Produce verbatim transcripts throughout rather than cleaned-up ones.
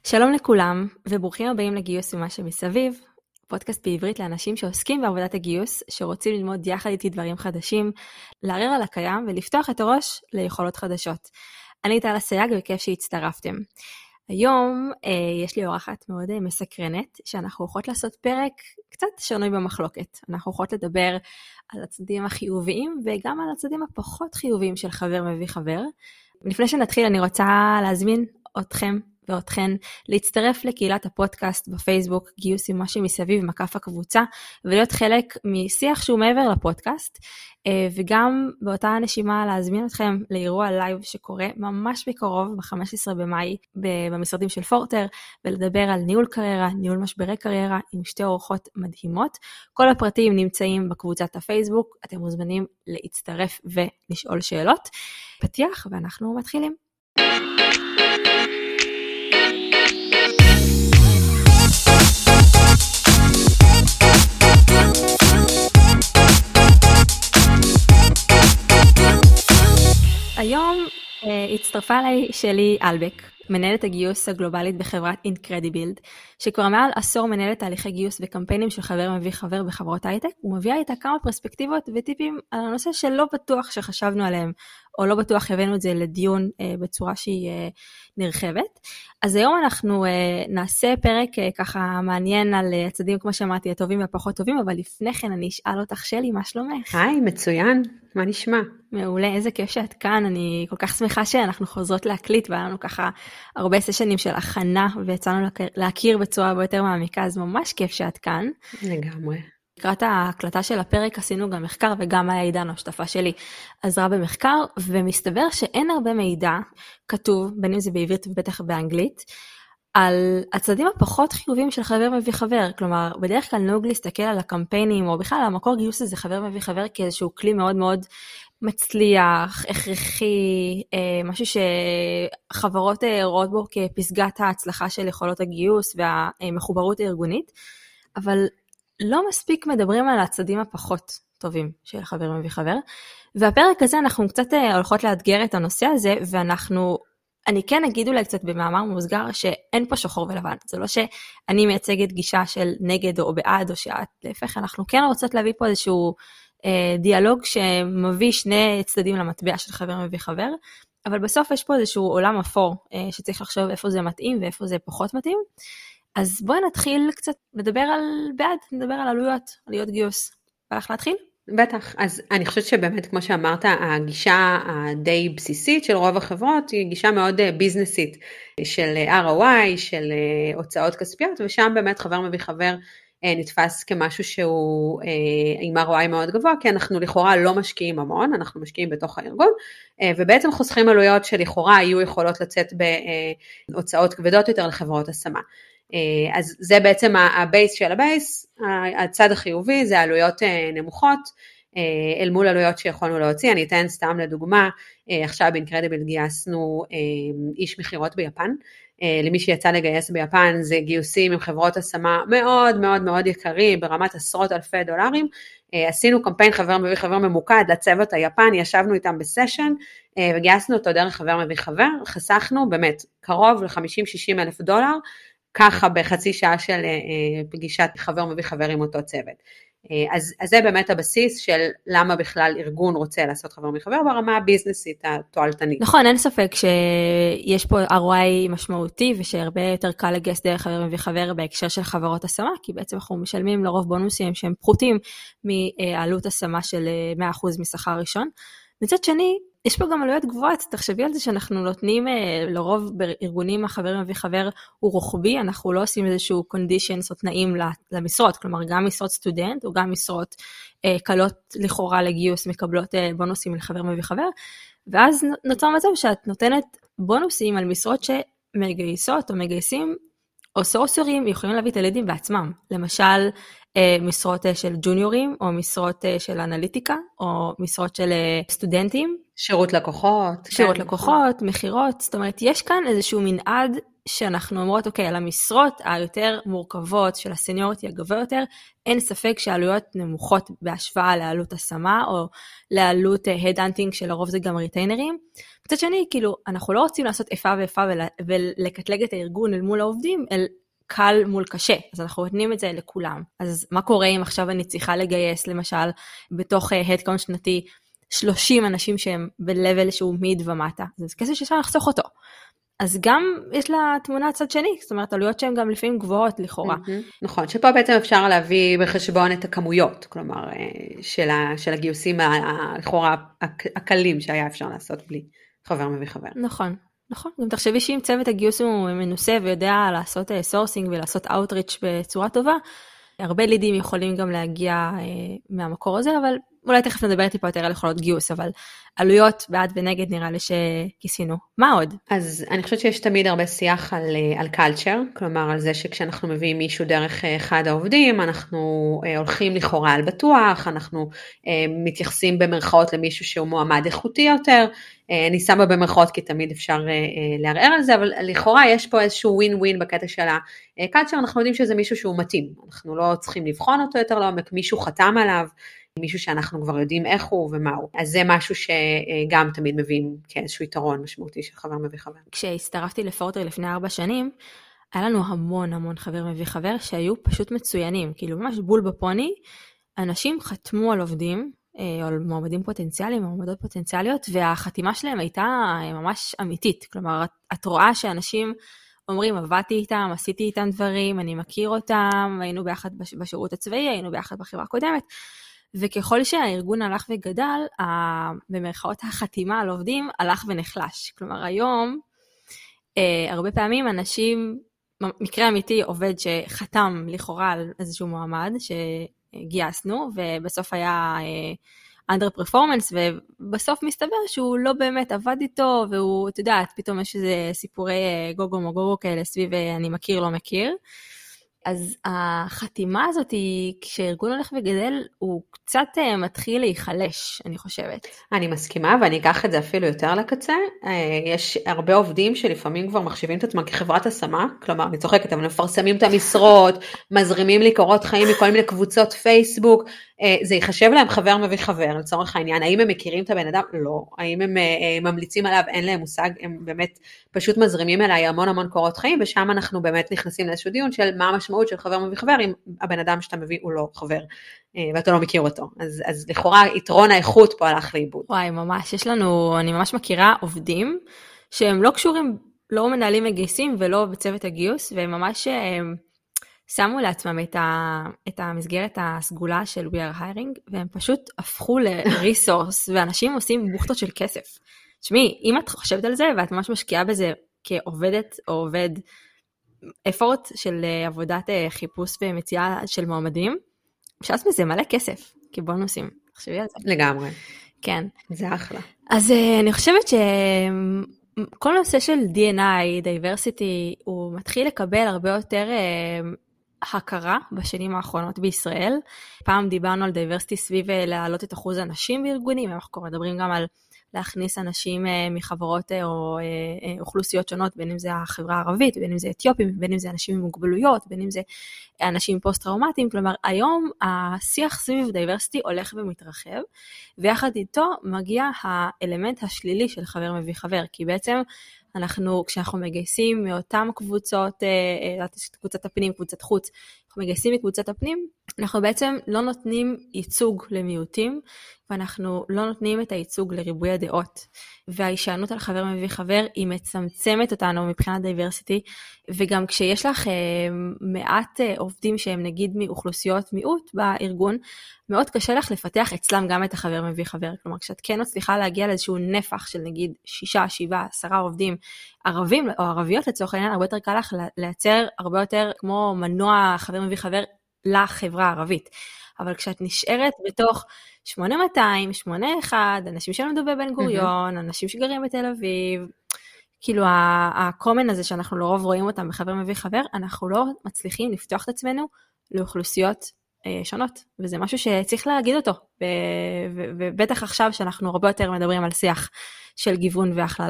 שלום לכולם, וברוכים הבאים לגיוס ומה שמסביב, פודקאסט בעברית לאנשים שעוסקים בעבודת הגיוס, שרוצים ללמוד יחד איתי דברים חדשים, לערער על הקיים ולפתוח את הראש ליכולות חדשות. אני טל הסייג וכיף שהצטרפתם. היום אה, יש לי אורחת מאוד אה, מסקרנת, שאנחנו הולכות לעשות פרק קצת שנוי במחלוקת. אנחנו הולכות לדבר על הצדדים החיוביים וגם על הצדדים הפחות חיוביים של חבר מביא חבר. לפני שנתחיל אני רוצה להזמין אתכם ואותכן להצטרף לקהילת הפודקאסט בפייסבוק, גיוס עם מה שמסביב, מקף הקבוצה, ולהיות חלק משיח שהוא מעבר לפודקאסט, וגם באותה נשימה להזמין אתכם לאירוע לייב שקורה ממש בקרוב, ב-חמישה עשר במאי, במשרדים של פורטר, ולדבר על ניהול קריירה, ניהול משברי קריירה, עם שתי אורחות מדהימות. כל הפרטים נמצאים בקבוצת הפייסבוק, אתם מוזמנים להצטרף ולשאול שאלות. פתיח, ואנחנו מתחילים. היום uh, הצטרפה אליי שלי אלבק, מנהלת הגיוס הגלובלית בחברת אינקרדיבילד, שכבר מעל עשור מנהלת תהליכי גיוס וקמפיינים של חבר מביא חבר בחברות הייטק, ומביאה איתה כמה פרספקטיבות וטיפים על הנושא שלא בטוח שחשבנו עליהם, או לא בטוח הבאנו את זה לדיון uh, בצורה שהיא uh, נרחבת. אז היום אנחנו uh, נעשה פרק uh, ככה מעניין על uh, הצדדים, כמו שאמרתי, הטובים והפחות טובים, אבל לפני כן אני אשאל אותך שלי, מה שלומך? היי, מצוין, מה נשמע? מעולה, איזה כיף שאת כאן, אני כל כך שמחה שאנחנו חוזרות להקליט, והיה לנו ככה הרבה סשנים של הכנה, ויצאנו להכיר בצורה הרבה יותר מעמיקה, אז ממש כיף שאת כאן. לגמרי. לקראת ההקלטה של הפרק עשינו גם מחקר, וגם עידן, השותפה שלי, עזרה במחקר, ומסתבר שאין הרבה מידע כתוב, בין אם זה בעברית ובטח באנגלית, על הצדדים הפחות חיוביים של חבר מביא חבר, כלומר, בדרך כלל נהוג להסתכל על הקמפיינים, או בכלל, המקור גיוס הזה חבר מביא חבר, כאיזשהו כלי מאוד מאוד מצליח, הכרחי, משהו שחברות רואות בו כפסגת ההצלחה של יכולות הגיוס, והמחוברות הארגונית, אבל לא מספיק מדברים על הצדדים הפחות טובים של חבר מביא חבר, והפרק הזה אנחנו קצת הולכות לאתגר את הנושא הזה, ואנחנו אני כן אגיד אולי קצת במאמר מוסגר שאין פה שחור ולבן, זה לא שאני מייצגת גישה של נגד או בעד או שאת, להפך, אנחנו כן רוצות להביא פה איזשהו אה, דיאלוג שמביא שני צדדים למטבע של חבר מביא חבר, אבל בסוף יש פה איזשהו עולם אפור אה, שצריך לחשוב איפה זה מתאים ואיפה זה פחות מתאים, אז בואי נתחיל קצת לדבר על בעד, נדבר על עלויות, עלויות גיוס. בא לך להתחיל? בטח, אז אני חושבת שבאמת כמו שאמרת, הגישה הדי בסיסית של רוב החברות היא גישה מאוד ביזנסית של אר או איי, של הוצאות כספיות, ושם באמת חבר מביא חבר נתפס כמשהו שהוא עם אר או איי מאוד גבוה, כי אנחנו לכאורה לא משקיעים המון, אנחנו משקיעים בתוך הארגון, ובעצם חוסכים עלויות שלכאורה היו יכולות לצאת בהוצאות כבדות יותר לחברות השמה. אז זה בעצם הבייס של הבייס, הצד החיובי זה עלויות נמוכות, אל מול עלויות שיכולנו להוציא. אני אתן סתם לדוגמה, עכשיו באינקרדיבל גייסנו איש מחירות ביפן, למי שיצא לגייס ביפן זה גיוסים עם חברות השמה מאוד מאוד מאוד יקרים, ברמת עשרות אלפי דולרים, עשינו קמפיין חבר מביא חבר ממוקד לצוות היפני, ישבנו איתם בסשן, וגייסנו אותו דרך חבר מביא חבר, חסכנו באמת קרוב ל-חמישים שישים אלף דולר, ככה בחצי שעה של פגישת חבר מביא חבר עם אותו צוות. אז, אז זה באמת הבסיס של למה בכלל ארגון רוצה לעשות חבר מביא חבר ברמה הביזנסית התועלתנית. נכון, אין ספק שיש פה אר או איי משמעותי, ושהרבה יותר קל לגייס דרך חבר מביא חבר בהקשר של חברות השמה, כי בעצם אנחנו משלמים לרוב בונוסים שהם פחותים מעלות השמה של מאה אחוז משכר ראשון. מצד שני, יש פה גם עלויות גבוהות, תחשבי על זה שאנחנו נותנים, לרוב בארגונים החבר מביא חבר הוא רוחבי, אנחנו לא עושים איזשהו conditions או תנאים למשרות, כלומר גם משרות סטודנט או גם משרות אה, קלות לכאורה לגיוס מקבלות אה, בונוסים לחבר מביא חבר, ואז נוצר מצב שאת נותנת בונוסים על משרות שמגייסות או מגייסים, או סורסרים יכולים להביא את הילדים בעצמם, למשל משרות של ג'וניורים, או משרות של אנליטיקה, או משרות של סטודנטים. שירות לקוחות. שירות לקוחות, מחירות, זאת אומרת, יש כאן איזשהו מנעד שאנחנו אומרות, אוקיי, על המשרות היותר מורכבות של הסניוריטי הגבוה יותר, אין ספק שהעלויות נמוכות בהשוואה לעלות השמה, או לעלות הדהנטינג שלרוב זה גם ריטיינרים. מצד שני, כאילו, אנחנו לא רוצים לעשות איפה ואיפה ולקטלג את הארגון אל מול העובדים, אל קל מול קשה, אז אנחנו נותנים את זה לכולם. אז מה קורה אם עכשיו אני צריכה לגייס, למשל, בתוך הדקאונט שנתי, שלושים אנשים שהם בלבל שהוא מיד ומטה, זה כסף שאפשר לחסוך אותו. אז גם יש לה תמונה צד שני, זאת אומרת, עלויות שהן גם לפעמים גבוהות לכאורה. נכון, שפה בעצם אפשר להביא בחשבון את הכמויות, כלומר, של הגיוסים לכאורה הקלים שהיה אפשר לעשות בלי חבר מביא חבר. נכון, נכון. גם תחשבי שאם צוות הגיוס הוא מנוסה ויודע לעשות סורסינג ולעשות אאוטריץ' בצורה טובה, הרבה לידים יכולים גם להגיע מהמקור הזה, אבל אולי תכף נדבר טיפה יותר על יכולות גיוס, אבל עלויות בעד ונגד נראה לי שכיסינו. מה עוד? אז אני חושבת שיש תמיד הרבה שיח על, על culture, כלומר על זה שכשאנחנו מביאים מישהו דרך אחד העובדים, אנחנו הולכים לכאורה על בטוח, אנחנו מתייחסים במרכאות למישהו שהוא מועמד איכותי יותר, אני שמה במרכאות כי תמיד אפשר לערער על זה, אבל לכאורה יש פה איזשהו ווין ווין בקטע של ה-culture, אנחנו יודעים שזה מישהו שהוא מתאים, אנחנו לא צריכים לבחון אותו יותר לעומק, מישהו חתם עליו, מישהו שאנחנו כבר יודעים איך הוא ומה הוא. אז זה משהו שגם תמיד מביאים כאיזשהו יתרון משמעותי של חבר מביא חבר. כשהצטרפתי לפורטר לפני ארבע שנים, היה לנו המון המון חבר מביא חבר שהיו פשוט מצוינים, כאילו ממש בול בפוני, אנשים חתמו על עובדים, או על מועמדים פוטנציאליים, מועמדות פוטנציאליות, והחתימה שלהם הייתה ממש אמיתית, כלומר, את רואה שאנשים אומרים, עבדתי איתם, עשיתי איתם דברים, אני מכיר אותם, היינו ביחד בשירות הצבאי, היינו ביחד בחברה הקודמת, וככל שהארגון הלך וגדל, במרכאות החתימה על עובדים הלך ונחלש. כלומר, היום, הרבה פעמים אנשים, מקרה אמיתי עובד שחתם לכאורה על איזשהו מועמד שגייסנו, ובסוף היה under performance, ובסוף מסתבר שהוא לא באמת עבד איתו, והוא, אתה יודעת, פתאום יש איזה סיפורי גוגו מוגוגו כאלה סביב אני מכיר לא מכיר, אז החתימה הזאת היא, כשארגון הולך וגדל, הוא קצת מתחיל להיחלש, אני חושבת. אני מסכימה, ואני אקח את זה אפילו יותר לקצה. יש הרבה עובדים שלפעמים כבר מחשיבים את עצמם כחברת השמה, כלומר, אני צוחקת, אבל מפרסמים את המשרות, מזרימים לי קורות חיים מכל מיני קבוצות פייסבוק, זה יחשב להם חבר מביא חבר, לצורך העניין, האם הם מכירים את הבן אדם? לא. האם הם ממליצים עליו? אין להם מושג, הם באמת פשוט מזרימים אליי המון המון קורות חיים, ושם אנחנו באמת נכנסים לאיזשהו דיון של מה המשמעות של חבר מביא חבר, אם הבן אדם שאתה מביא הוא לא חבר, ואתה לא מכיר אותו. אז, אז לכאורה יתרון האיכות פה הלך לאיבוד. וואי, ממש, יש לנו, אני ממש מכירה עובדים, שהם לא קשורים, לא מנהלים מגייסים, ולא בצוות הגיוס, והם ממש שמו לעצמם את, ה, את המסגרת הסגולה של We are hiring, והם פשוט הפכו לריסורס, ואנשים עושים בוכטות של כסף. תשמעי, אם את חושבת על זה, ואת ממש משקיעה בזה כעובדת או עובד, אפורט של עבודת חיפוש ומציאה של מועמדים, אפשר לעשות מזה מלא כסף, כבונוסים. תחשבי על זה. לגמרי. כן. זה אחלה. אז אני חושבת שכל נושא של די אן איי, diversity, הוא מתחיל לקבל הרבה יותר הכרה בשנים האחרונות בישראל. פעם דיברנו על diversity סביב להעלות את אחוז הנשים בארגונים, אנחנו כבר מדברים גם על להכניס אנשים מחברות או אוכלוסיות שונות, בין אם זה החברה הערבית, בין אם זה אתיופים, בין אם זה אנשים עם מוגבלויות, בין אם זה אנשים פוסט-טראומטיים, כלומר היום השיח סביב דייברסיטי הולך ומתרחב, ויחד איתו מגיע האלמנט השלילי של חבר מביא חבר, כי בעצם אנחנו, כשאנחנו מגייסים מאותם קבוצות, קבוצת הפנים, קבוצת חוץ, אנחנו מגייסים מקבוצת הפנים, אנחנו בעצם לא נותנים ייצוג למיעוטים, ואנחנו לא נותנים את הייצוג לריבוי הדעות. וההישענות על חבר מביא חבר, היא מצמצמת אותנו מבחינת דייברסיטי, וגם כשיש לך מעט עובדים שהם נגיד מאוכלוסיות מיעוט בארגון, מאוד קשה לך לפתח אצלם גם את החבר מביא חבר. כלומר, כשאת כן מצליחה להגיע לאיזשהו נפח של נגיד שישה, שבעה, עשרה עובדים ערבים או ערביות לצורך העניין, הרבה יותר קל לך לייצר הרבה יותר כמו מנוע חבר מביא חבר לחברה הערבית. אבל כשאת נשארת בתוך שמונה מאות, שמונה אחד, אנשים שלמדו בבן גוריון, אנשים שגרים בתל אביב, כאילו הקומן הזה שאנחנו לרוב רואים אותם בחבר מביא חבר, אנחנו לא מצליחים לפתוח את עצמנו לאוכלוסיות שונות, וזה משהו שצריך להגיד אותו, ובטח עכשיו שאנחנו הרבה יותר מדברים על שיח של גיוון והכללה.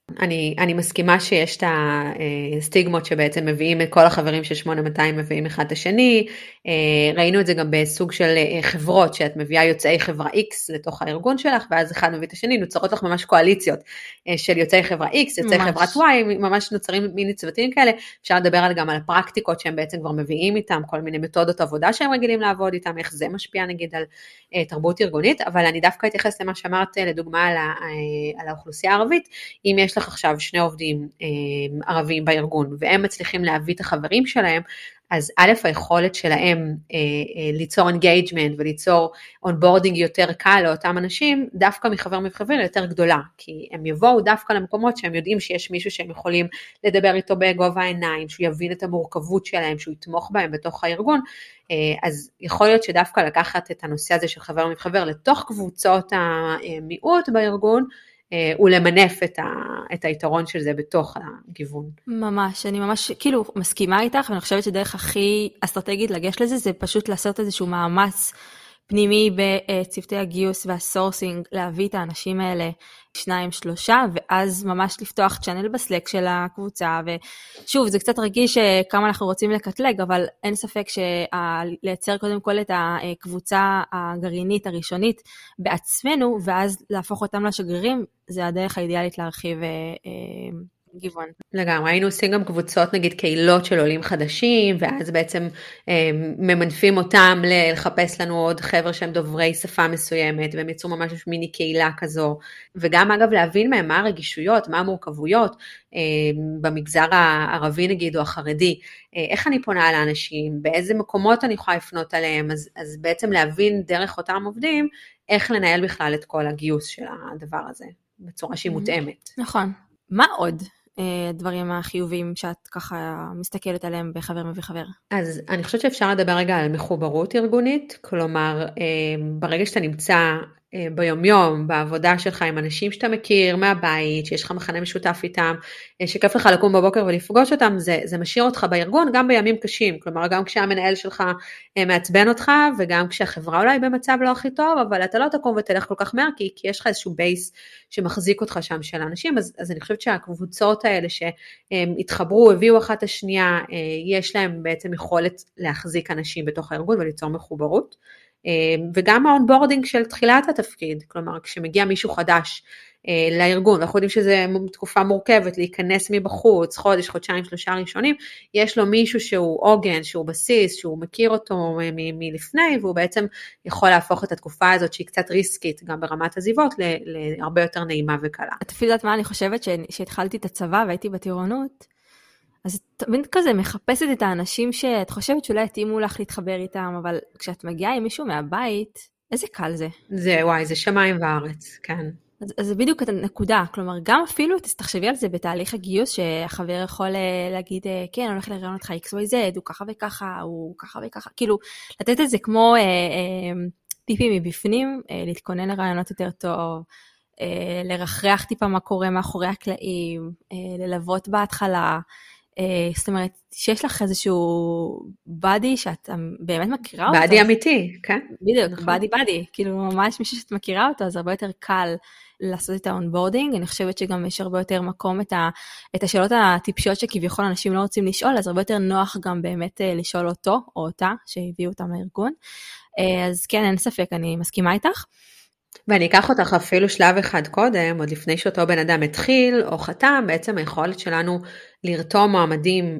אני, אני מסכימה שיש את הסטיגמות שבעצם מביאים את כל החברים של שמונה מאתיים מביאים אחד את השני, ראינו את זה גם בסוג של חברות, שאת מביאה יוצאי חברה X לתוך הארגון שלך, ואז אחד מביא את השני, נוצרות לך ממש קואליציות של יוצאי חברה X, יוצאי ממש. חברת Y, ממש נוצרים מיני צוותים כאלה, אפשר לדבר גם על הפרקטיקות שהם בעצם כבר מביאים איתם, כל מיני מתודות עבודה שהם רגילים לעבוד איתם, איך זה משפיע נגיד על תרבות ארגונית, אבל אני דווקא אתייחס למה שאמרת לדוגמה על, על האוכלוסייה הערבית, אם יש לך עכשיו שני עובדים אה, ערבים בארגון, והם מצליחים להביא את החברים שלהם, אז א', היכולת שלהם אה, אה, ליצור engagement וליצור onboarding יותר קל לאותם אנשים, דווקא מחבר מחבר יותר גדולה, כי הם יבואו דווקא למקומות שהם יודעים שיש מישהו שהם יכולים לדבר איתו בגובה העיניים, שהוא יבין את המורכבות שלהם, שהוא יתמוך בהם בתוך הארגון, אה, אז יכול להיות שדווקא לקחת את הנושא הזה של חבר מחבר לתוך קבוצות המיעוט בארגון, ולמנף את, ה, את היתרון של זה בתוך הגיוון. ממש, אני ממש כאילו מסכימה איתך, ואני חושבת שדרך הכי אסטרטגית לגש לזה, זה פשוט לעשות איזשהו מאמץ פנימי בצוותי הגיוס והסורסינג, להביא את האנשים האלה שניים, שלושה, ואז ממש לפתוח צ'אנל בסלק של הקבוצה, ושוב, זה קצת רגיש כמה אנחנו רוצים לקטלג, אבל אין ספק שלייצר קודם כל את הקבוצה הגרעינית הראשונית בעצמנו, ואז להפוך אותם לשגרירים, זה הדרך האידיאלית להרחיב גיוון. לגמרי, היינו עושים גם קבוצות, נגיד קהילות של עולים חדשים, ואז בעצם אה, ממנפים אותם לחפש לנו עוד חבר'ה שהם דוברי שפה מסוימת, והם יצאו ממש מיני קהילה כזו, וגם אגב להבין מהם מה הרגישויות, מה המורכבויות, אה, במגזר הערבי נגיד או החרדי, אה, איך אני פונה על האנשים, באיזה מקומות אני יכולה לפנות עליהם, אז, אז בעצם להבין דרך אותם עובדים, איך לנהל בכלל את כל הגיוס של הדבר הזה, בצורה שהיא מותאמת. נכון. מה עוד? הדברים החיוביים שאת ככה מסתכלת עליהם בחבר מביא חבר? אז אני חושבת שאפשר לדבר רגע על מחוברות ארגונית, כלומר ברגע שאתה נמצא ביומיום, בעבודה שלך עם אנשים שאתה מכיר מהבית, שיש לך מחנה משותף איתם, שכיף לך לקום בבוקר ולפגוש אותם, זה, זה משאיר אותך בארגון גם בימים קשים, כלומר גם כשהמנהל שלך מעצבן אותך, וגם כשהחברה אולי במצב לא הכי טוב, אבל אתה לא תקום ותלך כל כך מהר, כי, כי יש לך איזשהו בייס שמחזיק אותך שם של האנשים, אז, אז אני חושבת שהקבוצות האלה שהתחברו, הביאו אחת השנייה, יש להם בעצם יכולת להחזיק אנשים בתוך הארגון וליצור מחוברות, וגם האונבורדינג של תחילת התפקיד, כלומר כשמגיע מישהו חדש לארגון, אנחנו יודעים שזו תקופה מורכבת להיכנס מבחוץ, חודש, חודשיים, שלושה ראשונים, יש לו מישהו שהוא עוגן, שהוא בסיס, שהוא מכיר אותו מ- מלפני, והוא בעצם יכול להפוך את התקופה הזאת שהיא קצת ריסקית, גם ברמת הזיוות, להרבה יותר נעימה וקלה. את אפילו יודעת מה אני חושבת, שהתחלתי את הצבא והייתי בטירונות, אז תמיד כזה מחפשת את האנשים שאת חושבת שאולי יתאימו לך להתחבר איתם, אבל כשאת מגיעה עם מישהו מהבית, איזה קל זה. זה וואי, זה שמיים וארץ, כן. אז, אז זה בדיוק את הנקודה, כלומר גם אפילו תחשבי על זה בתהליך הגיוס, שהחבר יכול להגיד, כן, אני הולך לראיון אותך אקס וואי זד, הוא ככה וככה, הוא ככה וככה, כאילו לתת את זה כמו אה, אה, טיפים מבפנים, אה, להתכונן לרעיונות יותר טוב, אה, לרחרח טיפה מה קורה מאחורי הקלעים, אה, ללוות בהתחלה, זאת אומרת, שיש לך איזשהו בדי שאת באמת מכירה אותו. בדי אמיתי, כן. בדיוק, בדי בדי, כאילו ממש מישהו שאת מכירה אותו, אז הרבה יותר קל לעשות את האונבורדינג, אני חושבת שגם יש הרבה יותר מקום את, ה, את השאלות הטיפשיות שכביכול אנשים לא רוצים לשאול, אז הרבה יותר נוח גם באמת לשאול אותו או אותה שהביאו אותם לארגון, אז כן, אין ספק, אני מסכימה איתך. ואני אקח אותך אפילו שלב אחד קודם, עוד לפני שאותו בן אדם התחיל או חתם, בעצם היכולת שלנו לרתום מועמדים,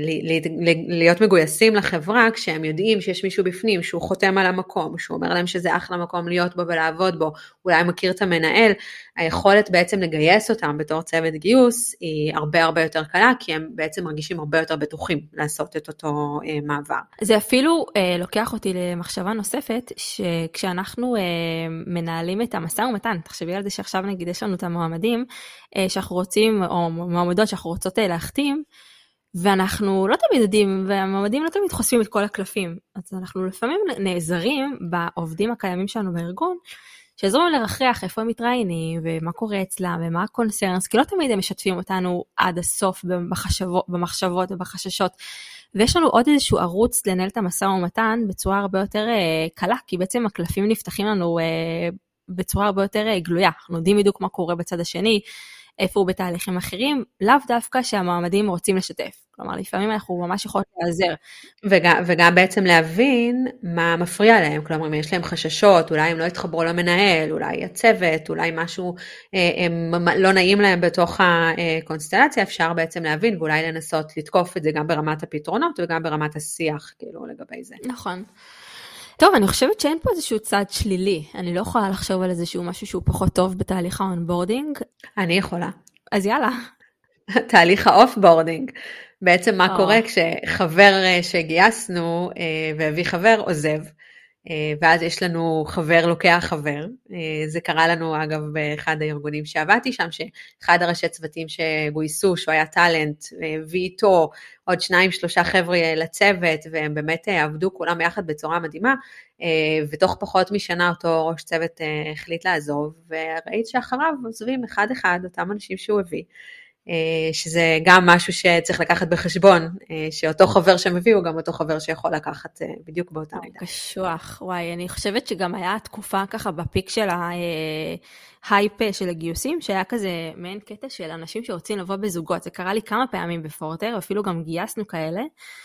להיות מגויסים לחברה, כשהם יודעים שיש מישהו בפנים, שהוא חותם על המקום, שהוא אומר להם שזה אחלה מקום להיות בו ולעבוד בו, אולי מכיר את המנהל, היכולת בעצם לגייס אותם בתור צוות גיוס, היא הרבה הרבה יותר קלה, כי הם בעצם מרגישים הרבה יותר בטוחים לעשות את אותו מעבר. זה אפילו לוקח אותי למחשבה נוספת, שכשאנחנו מנהלים את המשא ומתן, תחשבי על זה שעכשיו נגיד יש לנו את המועמדים, שאנחנו רוצים, או מועמדות שאנחנו רוצות להחתים, ואנחנו לא תמיד יודעים, והמועמדים לא תמיד חושפים את כל הקלפים, אז אנחנו לפעמים נעזרים בעובדים הקיימים שלנו בארגון, שעזרו לרחרח איפה הם מתראיינים, ומה קורה אצלם, ומה הקונסרנס, כי לא תמיד הם משתפים אותנו עד הסוף במחשבות, במחשבות ובחששות, ויש לנו עוד איזשהו ערוץ לנהל את המשא ומתן בצורה הרבה יותר קלה, כי בעצם הקלפים נפתחים לנו בצורה הרבה יותר גלויה, אנחנו יודעים בדיוק מה קורה בצד השני, איפה הוא בתהליכים אחרים, לאו דווקא שהמועמדים רוצים לשתף. כלומר, לפעמים אנחנו ממש יכולים לעזר. וגם, וגם בעצם להבין מה מפריע להם, כלומר, אם יש להם חששות, אולי הם לא יתחברו למנהל, אולי הצוות, אולי משהו הם לא נעים להם בתוך הקונסטלציה, אפשר בעצם להבין, ואולי לנסות לתקוף את זה גם ברמת הפתרונות, וגם ברמת השיח, כאילו, לגבי זה. נכון. טוב, אני חושבת שאין פה איזשהו צד שלילי, אני לא יכולה לחשוב על איזשהו משהו שהוא פחות טוב בתהליך האונבורדינג. אני יכולה. אז יאללה. תהליך האופבורדינג. בעצם מה קורה כשחבר שגייסנו והביא חבר עוזב, ואז יש לנו חבר לוקח חבר. זה קרה לנו אגב באחד הארגונים שעבדתי שם, שאחד הראשי צוותים שגויסו, שהוא היה טלנט, הביא איתו עוד שניים שלושה חבר'ה לצוות, והם באמת עבדו כולם יחד בצורה מדהימה, ותוך פחות משנה אותו ראש צוות החליט לעזוב, וראית שאחריו עוזבים אחד אחד אותם אנשים שהוא הביא, שזה גם משהו שצריך לקחת בחשבון, שאותו חבר שמביא הוא גם אותו חבר שיכול לקחת בדיוק באותה מידה. קשוח, וואי, אני חושבת שגם היה תקופה ככה בפיק של ההייפ של הגיוסים, שהיה כזה מעין קטע של אנשים שרוצים לבוא בזוגות, זה קרה לי כמה פעמים בפורטר, אפילו גם גייסנו כאלה,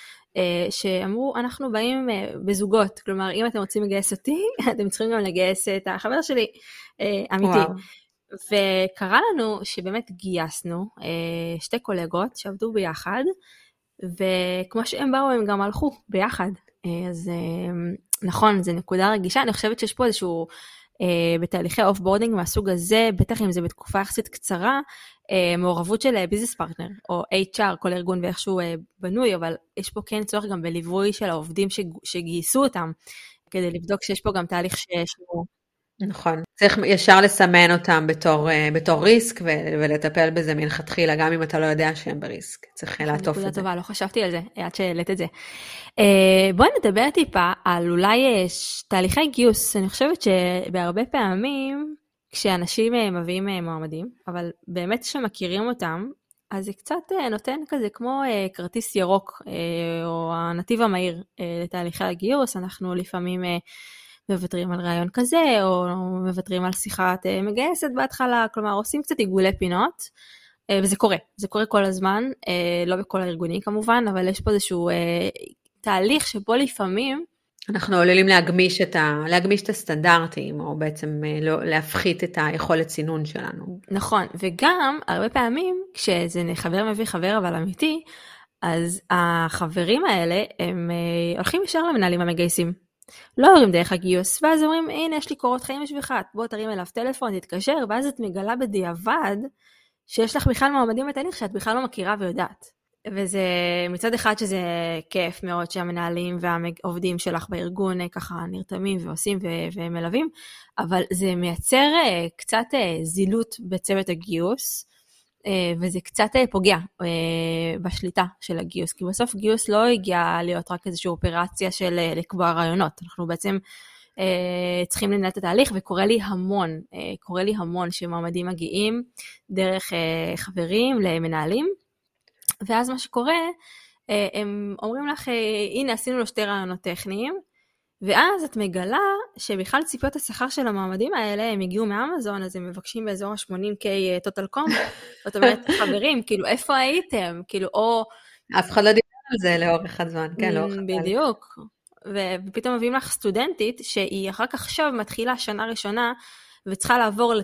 שאמרו, אנחנו באים בזוגות, כלומר, אם אתם רוצים לגייס אותי, אתם צריכים גם לגייס את החבר שלי, אמיתי. וואו. וקרה לנו שבאמת גייסנו שתי קולגות שעבדו ביחד, וכמו שהם באו הם גם הלכו ביחד. אז נכון, זה נקודה רגישה, אני חושבת שיש פה איזשהו, בתהליכי אופבורדינג מהסוג הזה, בטח אם זה בתקופה יחסית קצרה, מעורבות של ביזנס פרטנר, או אייץ' אר, כל ארגון ואיכשהו בנוי, אבל יש פה כן צורך גם בליווי של העובדים שגייסו אותם, כדי לבדוק שיש פה גם תהליך שיש לו, נכון, צריך ישר לסמן אותם בתור, בתור ריסק ולטפל בזה מלכתחילה, גם אם אתה לא יודע שהם בריסק, צריך לעטוף את זה. טובה, לא חשבתי על זה, עד שהעלית את זה. בואי נדבר טיפה על אולי תהליכי גיוס, אני חושבת שבהרבה פעמים, כשאנשים מביאים מועמדים, אבל באמת שמכירים אותם, אז זה קצת נותן כזה כמו כרטיס ירוק, או הנתיב המהיר לתהליכי הגיוס, אנחנו לפעמים מוותרים על רעיון כזה, או מוותרים על שיחת מגייסת בהתחלה, כלומר עושים קצת עיגולי פינות, וזה קורה, זה קורה כל הזמן, לא בכל הארגונים כמובן, אבל יש פה איזשהו תהליך שבו לפעמים, אנחנו עלולים להגמיש את, ה, להגמיש את הסטנדרטים, או בעצם להפחית את היכולת סינון שלנו. נכון, וגם הרבה פעמים, כשזה חבר מביא חבר אבל אמיתי, אז החברים האלה, הם הולכים ישר למנהלים המגייסים, לא אומרים דרך הגיוס, ואז אומרים, הנה יש לי קורות חיים בשבילך, בוא תרים אליו טלפון, תתקשר, ואז את מגלה בדיעבד, שיש לך בכלל מועמדים בתהליך, שאת בכלל לא מכירה ויודעת. וזה מצד אחד שזה כיף מאוד, שהמנהלים והעובדים שלך בארגון ככה נרתמים ועושים ומלווים, אבל זה מייצר קצת זילות בצוות הגיוס, וזה קצת פוגע בשליטה של הגיוס, כי בסוף גיוס לא הגיע להיות רק איזושהי אופרציה של לקבוע רעיונות, אנחנו בעצם צריכים לנהל את התהליך, וקורא לי המון, קורא לי המון שמועמדים מגיעים דרך חברים למנהלים, ואז מה שקורה, הם אומרים לך, הנה עשינו לו שתי רעיונות טכניים, ואז את מגלה שבכלל ציפיות השכר של המועמדים האלה, הם הגיעו מאמזון, אז הם מבקשים באזור ה-שמונים קיי טוטל קומפ, זאת אומרת, חברים, כאילו, איפה הייתם? כאילו, או... אף אחד לא דיבר על זה לאורך הזמן, כן, לאורך הזמן. בדיוק, ופתאום מביאים לך סטודנטית, שהיא אחר כך עכשיו מתחילה שנה ראשונה, וצריכה לעבור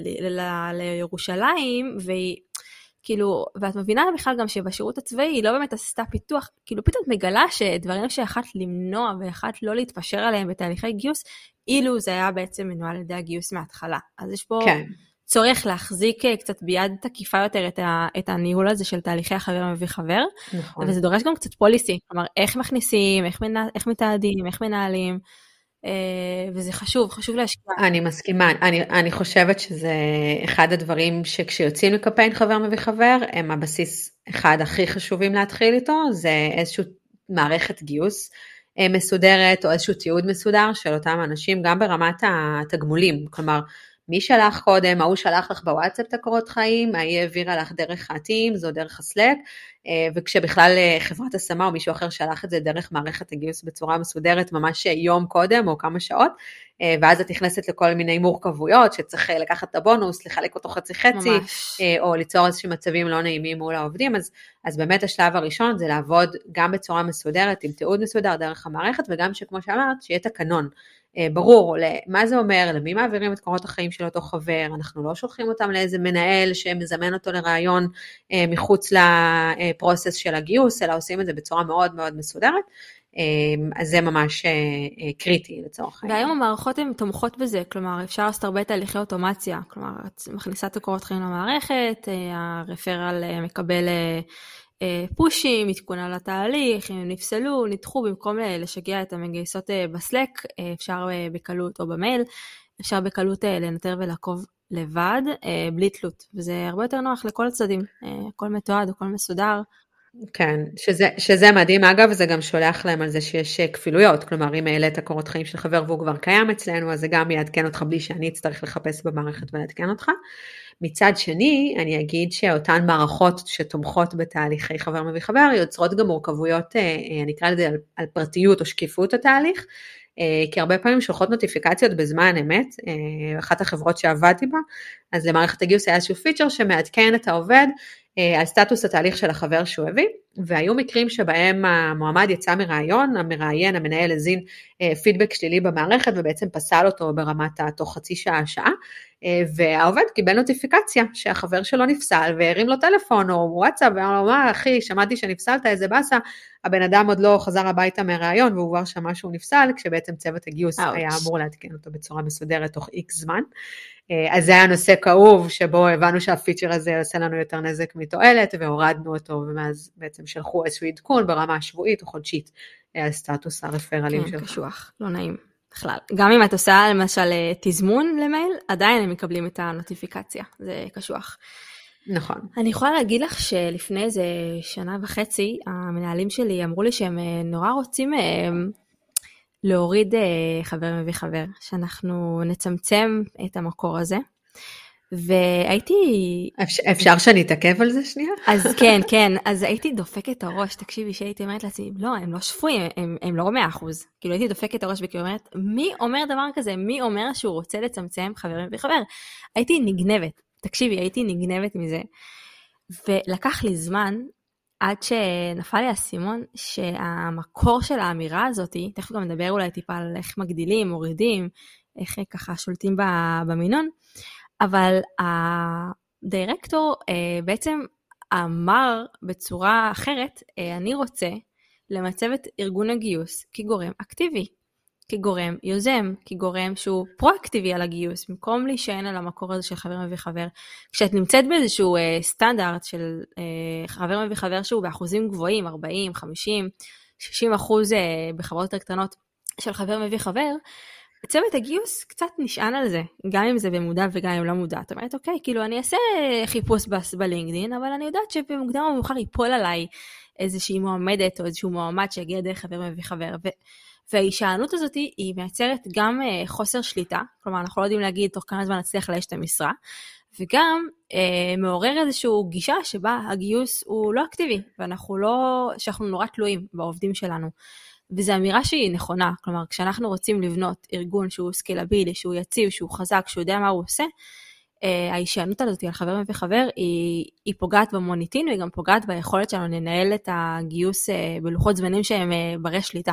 לירושלים, והיא... כאילו, ואת מבינה בכלל גם שבשירות הצבאי היא לא באמת עשתה פיתוח, כאילו פתאום מגלה שדברים שאחת למנוע ואחת לא להתפשר עליהם בתהליכי גיוס, אילו זה היה בעצם מנוהל על ידי הגיוס מההתחלה. אז יש פה כן. צורך להחזיק קצת ביד תקיפה יותר את, ה, את הניהול הזה של תהליכי החבר מביא חבר, נכון. וזה דורש גם קצת פוליסי, כלומר איך מכניסים, איך, מנה, איך מתעדים, איך מנהלים, וזה חשוב, חשוב להשקיע. אני מסכימה, אני, אני חושבת שזה אחד הדברים שכשיוצאים לקמפיין חבר מביא חבר, הם הבסיס אחד הכי חשובים להתחיל איתו, זה איזושהי מערכת גיוס מסודרת, או איזשהו תיעוד מסודר של אותם אנשים, גם ברמת התגמולים, כלומר, מי שלח קודם, ההוא שלח לך בוואטסאפ את הקורות חיים, ההיא העבירה לך דרך הטימס או דרך הסלק, וכשבכלל חברת השמה או מישהו אחר שלח את זה דרך מערכת הגיוס בצורה מסודרת ממש יום קודם או כמה שעות, ואז את נכנסת לכל מיני מורכבויות שצריך לקחת את הבונוס, לחלק אותו חצי חצי, ממש. או ליצור איזשהם מצבים לא נעימים מול העובדים, אז, אז באמת השלב הראשון זה לעבוד גם בצורה מסודרת, עם תיעוד מסודר דרך המערכת, וגם שכמו שאמרת, שיהיה תקנון. ברור, מה זה אומר, למי מעבירים את קורות החיים של אותו חבר, אנחנו לא שולחים אותם לאיזה מנהל שמזמן אותו לרעיון מחוץ לפרוסס של הגיוס, אלא עושים את זה בצורה מאוד מאוד מסודרת, אז זה ממש קריטי לצורך העניין. והיום המערכות הן תומכות בזה, כלומר אפשר לעשות הרבה תהליכי אוטומציה, כלומר את מכניסה את הקורות חיים למערכת, הרפרל מקבל פושים, עדכון על התהליך, אם נפסלו, נדחו, במקום לשגע את המגייסות בסלק, אפשר בקלות או במייל, אפשר בקלות לנטר ולעקוב לבד, בלי תלות, וזה הרבה יותר נוח לכל הצדדים, הכל מתועד, הכל מסודר. כן, שזה, שזה מדהים, אגב, זה גם שולח להם על זה שיש כפילויות, כלומר, אם העלית קורות חיים של חבר והוא כבר קיים אצלנו, אז זה גם יעדכן אותך בלי שאני אצטרך לחפש במערכת ולעדכן אותך. מצד שני, אני אגיד שאותן מערכות שתומכות בתהליכי חבר מביא חבר, יוצרות גם מורכבויות, אני אקרא לזה על, על פרטיות או שקיפות התהליך, כי הרבה פעמים שולחות נוטיפיקציות בזמן אמת, אחת החברות שעבדתי בה, אז למערכת הגיוס היה איזשהו פיצ'ר שמעדכן את העובד, על סטטוס התהליך של החבר שהוא הביא, והיו מקרים שבהם המועמד יצא מרעיון, המראיין, המנהל הזין פידבק שלילי במערכת, ובעצם פסל אותו ברמת תוך חצי שעה, שעה, והעובד קיבל נוטיפיקציה שהחבר שלו נפסל, והרים לו טלפון או וואטסאפ, ואמר לו, מה אחי, שמעתי שנפסלת, איזה באסה, הבן אדם עוד לא חזר הביתה מהרעיון, והוא כבר שמע שהוא נפסל, כשבעצם צוות הגיוס היה אמור להתקן אותו בצורה מסודרת תוך איקס זמן. אז זה היה נושא כאוב, שבו הבנו שהפיצ'ר הזה עושה לנו יותר נזק מתועלת, והורדנו אותו, ומאז בעצם שלחו איזשהו עדכון ברמה השבועית או חודשית, על סטטוס הרפרלים שלך. כן, קשוח, לא נעים בכלל. גם אם את עושה למשל תזמון למייל, עדיין הם מקבלים את הנוטיפיקציה, זה קשוח. נכון. אני יכולה להגיד לך שלפני איזה שנה וחצי, המנהלים שלי אמרו לי שהם נורא רוצים להוריד חבר מביא חבר, שאנחנו נצמצם את המקור הזה, והייתי... אפשר שאני אתעכב על זה שנייה? אז כן, כן, אז הייתי דופקת את הראש, תקשיבי שהייתי אומרת לעצמי, לא, הם לא שפויים, הם, הם לא מאה אחוז, כאילו הייתי דופקת את הראש וכי אומרת, מי אומר דבר כזה, מי אומר שהוא רוצה לצמצם חבר מביא חבר? הייתי נגנבת, תקשיבי, הייתי נגנבת מזה, ולקח לי זמן, עד שנפל לי הסימון שהמקור של האמירה הזאת, תכף גם נדבר אולי טיפה על איך מגדילים, מורידים, איך ככה שולטים במינון, אבל הדירקטור בעצם אמר בצורה אחרת, אני רוצה למצב את ארגון הגיוס כגורם אקטיבי, כגורם יוזם, כגורם שהוא פרואקטיבי על הגיוס, במקום להישען על המקור הזה של חבר מביא חבר. כשאת נמצאת באיזשהו אה, סטנדרט של אה, חבר מביא חבר שהוא באחוזים גבוהים, ארבעים, חמישים, שישים אחוז אה, בחברות יותר קטנות של חבר מביא חבר, צוות הגיוס קצת נשען על זה, גם אם זה במודע וגם אם לא מודע. את אומרת, אוקיי, כאילו אני אעשה חיפוש בלינקדין, אבל אני יודעת שבמוקדם או מאוחר ייפול עליי איזושהי מועמדת או איזשהו מועמד שיגיע דרך חבר מביא חבר, ו... וההישענות הזאת היא מייצרת גם חוסר שליטה, כלומר אנחנו לא יודעים להגיד תוך כמה זמן נצליח לאייש את המשרה, וגם אה, מעורר איזושהי גישה שבה הגיוס הוא לא אקטיבי, ואנחנו לא, שאנחנו נורא תלויים בעובדים שלנו, וזו אמירה שהיא נכונה, כלומר כשאנחנו רוצים לבנות ארגון שהוא סקלבילי, שהוא יציב, שהוא חזק, שהוא יודע מה הוא עושה, אה, ההישענות הזאת על חבר מביא חבר, היא, היא פוגעת במוניטין, והיא גם פוגעת ביכולת שלנו לנהל את הגיוס אה, בלוחות זמנים שהם אה, ברי שליטה.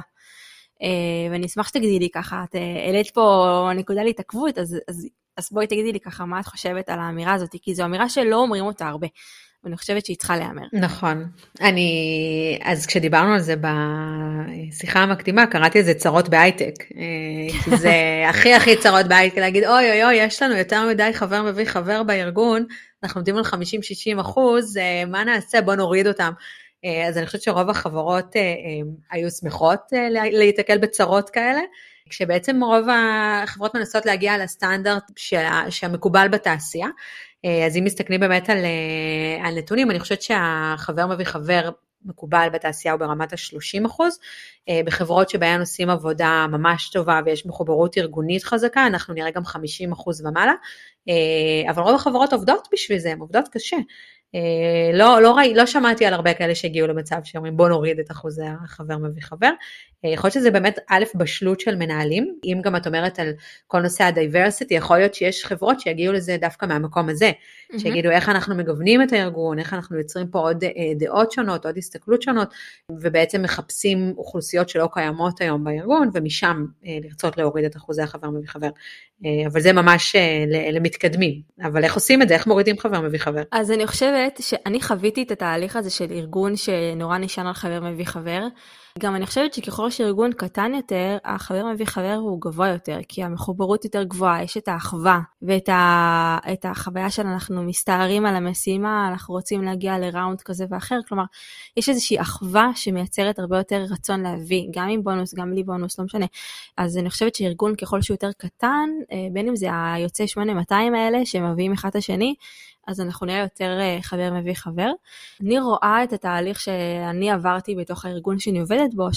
ואני אשמח שתגידי לי ככה, את העלית פה נקודה להתעכבות, אז, אז, אז בואי תגידי לי ככה מה את חושבת על האמירה הזאת, כי זו אמירה שלא אומרים אותה הרבה, ואני חושבת שהיא צריכה להיאמר. נכון, אני, אז כשדיברנו על זה בשיחה המקדימה, קראתי את זה צרות בהייטק, כי זה הכי הכי צרות בהייטק, להגיד אוי אוי אוי, יש לנו יותר מדי חבר מביא חבר בארגון, אנחנו עומדים על חמישים שישים אחוז, מה נעשה? בוא נוריד אותם. אז אני חושבת שרוב החברות היו שמחות להתקל בצרות כאלה, כשבעצם רוב החברות מנסות להגיע לסטנדרט שהמקובל בתעשייה, אז אם מסתכלים באמת על, על נתונים, אני חושבת שהחבר מביא חבר מקובל בתעשייה הוא ברמת ה-שלושים אחוז, בחברות שבהן עושים עבודה ממש טובה ויש מחוברות ארגונית חזקה, אנחנו נראה גם חמישים אחוז ומעלה, אבל רוב החברות עובדות בשביל זה, הן עובדות קשה. לא, לא, ראי, לא שמעתי על הרבה כאלה שהגיעו למצב שאומרים בוא נוריד את אחוזי החבר מביא חבר, יכול להיות שזה באמת א' בשלות של מנהלים, אם גם את אומרת על כל נושא הדייברסיטי, יכול להיות שיש חברות שיגיעו לזה דווקא מהמקום הזה, mm-hmm. שיגידו איך אנחנו מגוונים את הארגון, איך אנחנו יוצרים פה עוד דעות שונות, עוד הסתכלות שונות, ובעצם מחפשים אוכלוסיות שלא קיימות היום בארגון, ומשם לרצות להוריד את אחוזי החבר מביא חבר, אבל זה ממש למתקדמים, אבל איך עושים את זה, איך מורידים חבר מביא חבר? אז אני חושבת שאני חוויתי את התהליך הזה של ארגון שנורא נשען על חבר מביא חבר, גם אני חושבת שככל שארגון קטן יותר, החבר מביא חבר הוא גבוה יותר, כי המחוברות יותר גבוהה, יש את האחווה, ואת ה... את החוויה שאנחנו מסתערים על המשימה, אנחנו רוצים להגיע לראונד כזה ואחר, כלומר, יש איזושהי אחווה שמייצרת הרבה יותר רצון להביא, גם עם בונוס, גם בלי בונוס, לא משנה. אז אני חושבת שארגון ככל שהוא יותר קטן, בין אם זה היוצא שמונה מאתיים האלה, שמביאים אחד את השני, אז אנחנו נראה יותר חבר מביא חבר. אני רואה את התהליך שאני עברתי בתוך הארגון שאני עובדת בו,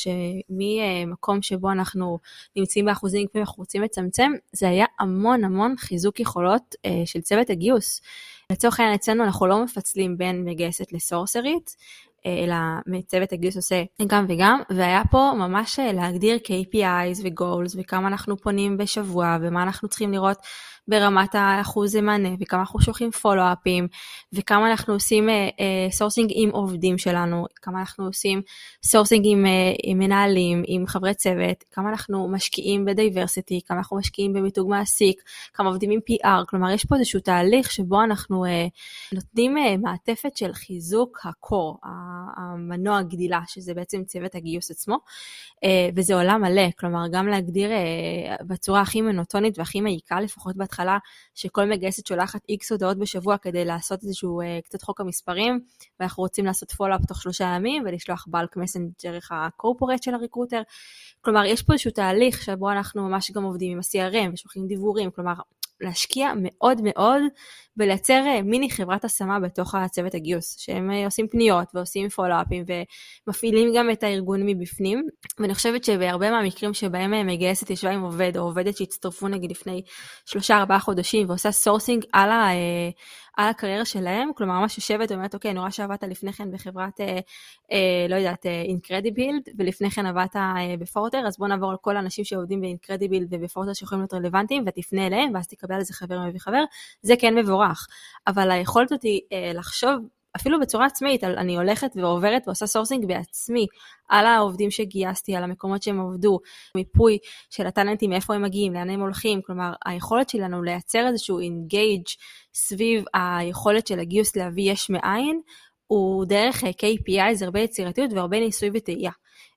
שממקום שבו אנחנו נמצאים באחוזים גבוהים, אנחנו רוצים לצמצם, זה היה המון המון חיזוק יכולות של צוות הגיוס. לצורך העניין אצלנו אנחנו לא מפצלים בין מגייסת לסורסרית, אלא מצוות הגיוס עושה גם וגם, והיה פה ממש להגדיר קיי פי איז ו-goals, וכמה אנחנו פונים בשבוע, ומה אנחנו צריכים לראות ברמת האחוז מענה, וכמה אנחנו שולחים פולו-אפים, וכמה אנחנו עושים סורסינג uh, uh, עם עובדים שלנו, כמה אנחנו עושים סורסינג עם, uh, עם מנהלים, עם חברי צוות, כמה אנחנו משקיעים בדייברסיטי, כמה אנחנו משקיעים במיתוג מעסיק, כמה עובדים עם פי אר, כלומר יש פה איזשהו תהליך שבו אנחנו uh, נותנים uh, מעטפת של חיזוק הקור, המנוע גדילה, שזה בעצם צוות הגיוס עצמו, uh, וזה עולם מלא, כלומר גם להגדיר uh, בצורה הכי מונוטונית והכי מעיקה, לפחות בהתחלה, שכל מגייסת שולחת איקס הודעות בשבוע כדי לעשות איזשהו uh, קצת חוק המספרים, ואנחנו רוצים לעשות פולו-אפ תוך שלושה ימים, ולשלוח בלק מסנג'ר דרך הקורפורט של הריקרוטר. כלומר, יש פה איזשהו תהליך שבו אנחנו ממש גם עובדים עם ה-סי אר אם ושולחים דיוורים, כלומר, להשקיע מאוד מאוד ולייצר מיני חברת השמה בתוך הצוות הגיוס, שהם עושים פניות ועושים פולו-אפים ומפעילים גם את הארגון מבפנים, ואני חושבת שבהרבה מהמקרים שבהם מגייסת ישבה עם עובד או עובדת שהצטרפו נגיד לפני שלושה ארבעה חודשים ועושה סורסינג על ה... על הקריירה שלהם, כלומר ממש יושבת ואומרת, אוקיי, נורא שעבדת לפני כן בחברת, אה, אה, לא יודעת, אינקרדיבילד, ולפני כן עבדת אה, בפורטר, אז בוא נעבור על כל האנשים שעובדים באינקרדיבילד ובפורטר שיכולים להיות רלוונטיים, ותפנה אליהם, ואז תקבל על זה חבר מביא חבר, זה כן מבורך. אבל היכולת אותי אה, לחשוב, אפילו בצורה עצמאית, על, אני הולכת ועוברת ועושה סורסינג בעצמי, על העובדים שגייסתי, על המקומות שהם עובדו, מיפוי של הטלנטים, מאיפה הם מגיעים, לאן הם הולכים, כלומר, היכולת שלנו לייצר איזשהו אינגייג' סביב היכולת של הגיוס להביא יש מאין, הוא דרך קיי פי איז, הרבה יצירתיות והרבה ניסוי וטעייה.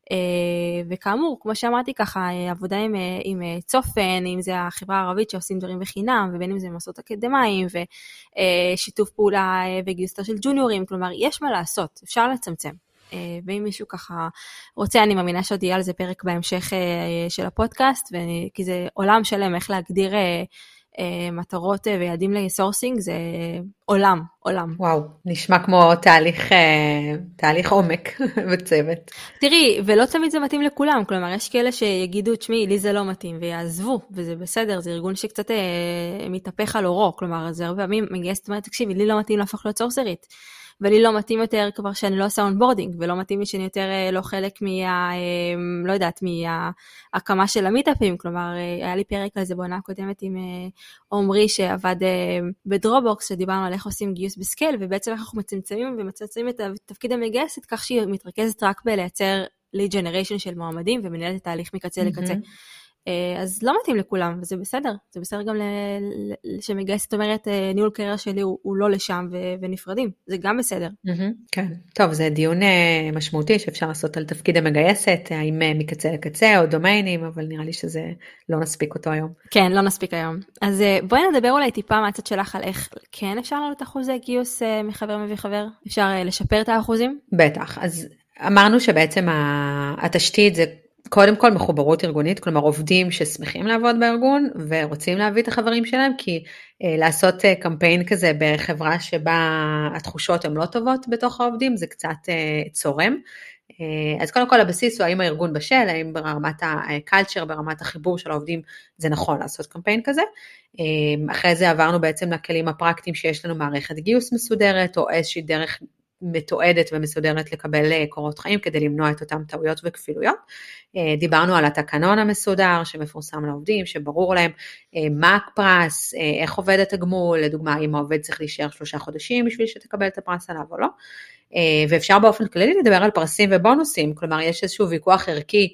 וכאמור, כמו שאמרתי ככה, עבודה עם, עם צופן, אם זה החברה הערבית שעושים דברים בחינם, ובין אם זה מסעות אקדמיים, ושיתוף פעולה וגיוסטר של ג'וניורים, כלומר, יש מה לעשות, אפשר לצמצם. ואם מישהו ככה רוצה, אני מאמינה שעוד יהיה על זה פרק בהמשך של הפודקאסט, כי זה עולם שלם, איך להגדיר מטרות ויעדים לסורסינג, זה עולם, עולם. וואו, נשמע כמו תהליך, תהליך עומק בצוות. תראי, ולא תמיד זה מתאים לכולם, כלומר, יש כאלה שיגידו, תשמעי, לי זה לא מתאים, ויעזבו, וזה בסדר, זה ארגון שקצת אה, מתהפך על אורו, כלומר, זה הרבה פעמים מגייסת, אומרת, תקשיבי, לי לא מתאים להפוך להיות סורסרית, ולי לא מתאים יותר כבר שאני לא עושה אונבורדינג, ולא מתאים לי שאני יותר לא חלק מה, לא יודעת, מההקמה של המיטאפים, כלומר, היה לי פרק על זה בעונה הקודמת עם עומרי שעבד בדרובוקס, שדיברנו על איך עושים גיוס בסקייל, ובעצם איך אנחנו מצמצמים ומצמצמים את התפקיד המגייסת, כך שהיא מתרכזת רק בלייצר lead generation של מועמדים, ומנהלת את התהליך מקצה לקצה. אז לא מתאים לכולם, וזה בסדר, זה בסדר גם שמגייסת אומרת, ניהול קריירה שלי הוא לא לשם ונפרדים, זה גם בסדר. כן, טוב, זה דיון משמעותי שאפשר לעשות על תפקיד המגייסת, האם מקצה לקצה או דומיינים, אבל נראה לי שזה לא נספיק אותו היום. כן, לא נספיק היום. אז בואי נדבר אולי טיפה מהצד שלך על איך כן אפשר לעלות אחוזי גיוס מחבר מביא חבר, אפשר לשפר את האחוזים? בטח, אז אמרנו שבעצם התשתית זה קודם כל מחוברות ארגונית, כלומר עובדים ששמחים לעבוד בארגון ורוצים להביא את החברים שלהם, כי אה, לעשות אה, קמפיין כזה בחברה שבה התחושות הן לא טובות בתוך העובדים, זה קצת אה, צורם. אה, אז קודם כל הבסיס הוא האם הארגון בשל, האם ברמת הקלצ'ר, ברמת החיבור של העובדים זה נכון לעשות קמפיין כזה. אה, אחרי זה עברנו בעצם לכלים הפרקטיים שיש לנו מערכת גיוס מסודרת, או איזושהי דרך מתועדת ומסודרת לקבל קורות חיים כדי למנוע את אותם טעויות וכפילויות. דיברנו על התקנון המסודר שמפורסם לעובדים, שברור להם מה הפרס, איך עובד התגמול, לדוגמה אם העובד צריך להישאר שלושה חודשים בשביל שתקבל את הפרס עליו או לא, ואפשר באופן כללי לדבר על פרסים ובונוסים, כלומר יש איזשהו ויכוח ערכי